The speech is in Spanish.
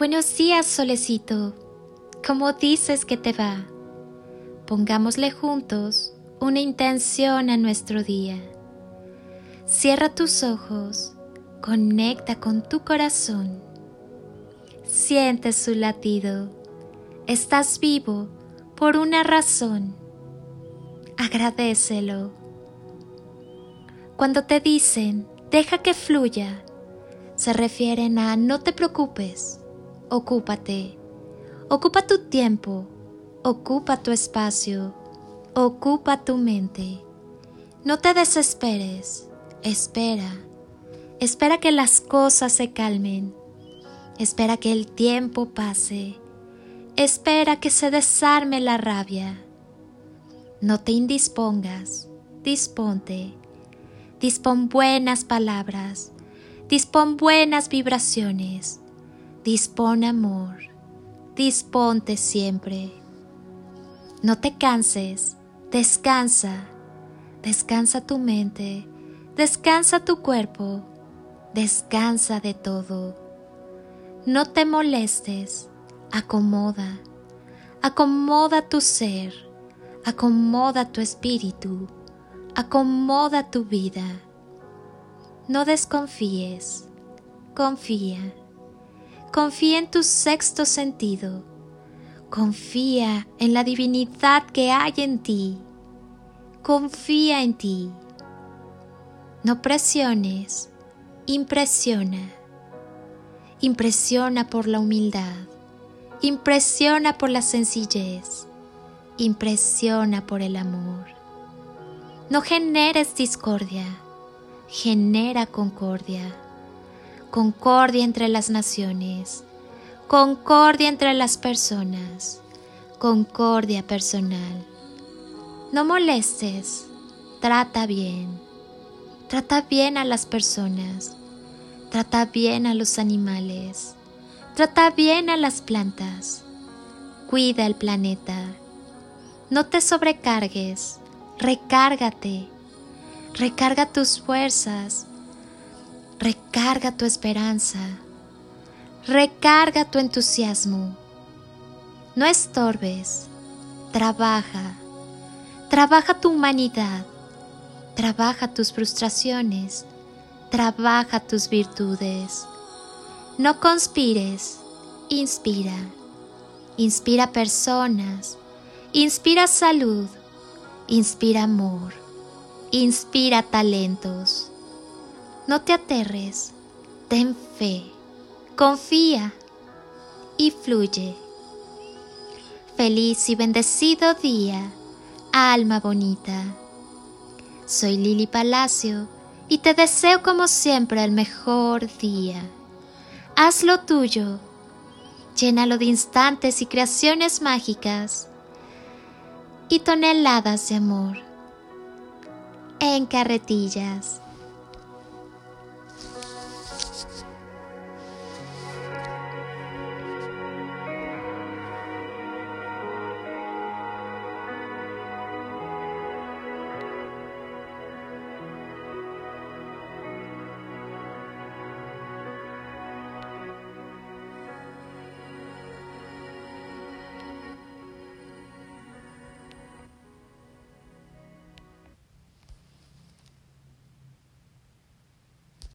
Buenos días, solecito. ¿Cómo dices que te va? Pongámosle juntos una intención a nuestro día. Cierra tus ojos, conecta con tu corazón. Siente su latido. Estás vivo por una razón. Agradécelo. Cuando te dicen, deja que fluya, se refieren a no te preocupes, ocúpate. Ocupa tu tiempo, ocupa tu espacio, ocupa tu mente. No te desesperes, espera. Espera que las cosas se calmen. Espera que el tiempo pase. Espera que se desarme la rabia. No te indispongas, disponte. Dispón buenas palabras, dispón buenas vibraciones, dispón amor, disponte siempre. No te canses, descansa, descansa tu mente, descansa tu cuerpo, descansa de todo. No te molestes, acomoda, acomoda tu ser, acomoda tu espíritu, acomoda tu vida. No desconfíes, confía. Confía en tu sexto sentido. Confía en la divinidad que hay en ti. Confía en ti. No presiones, impresiona. Impresiona por la humildad. Impresiona por la sencillez. Impresiona por el amor. No generes discordia, genera concordia. Concordia entre las naciones, concordia entre las personas, concordia personal. No molestes, trata bien a las personas, trata bien a los animales, trata bien a las plantas, cuida el planeta. No te sobrecargues, recárgate, recarga tus fuerzas, recarga tu esperanza, recarga tu entusiasmo. No estorbes, trabaja tu humanidad, trabaja tus frustraciones, trabaja tus virtudes. No conspires, inspira personas, inspira salud, inspira amor, inspira talentos. No te aterres, ten fe, confía y fluye. Feliz y bendecido día, alma bonita. Soy Lili Palacio y te deseo como siempre el mejor día. Hazlo tuyo, llénalo de instantes y creaciones mágicas y toneladas de amor en carretillas.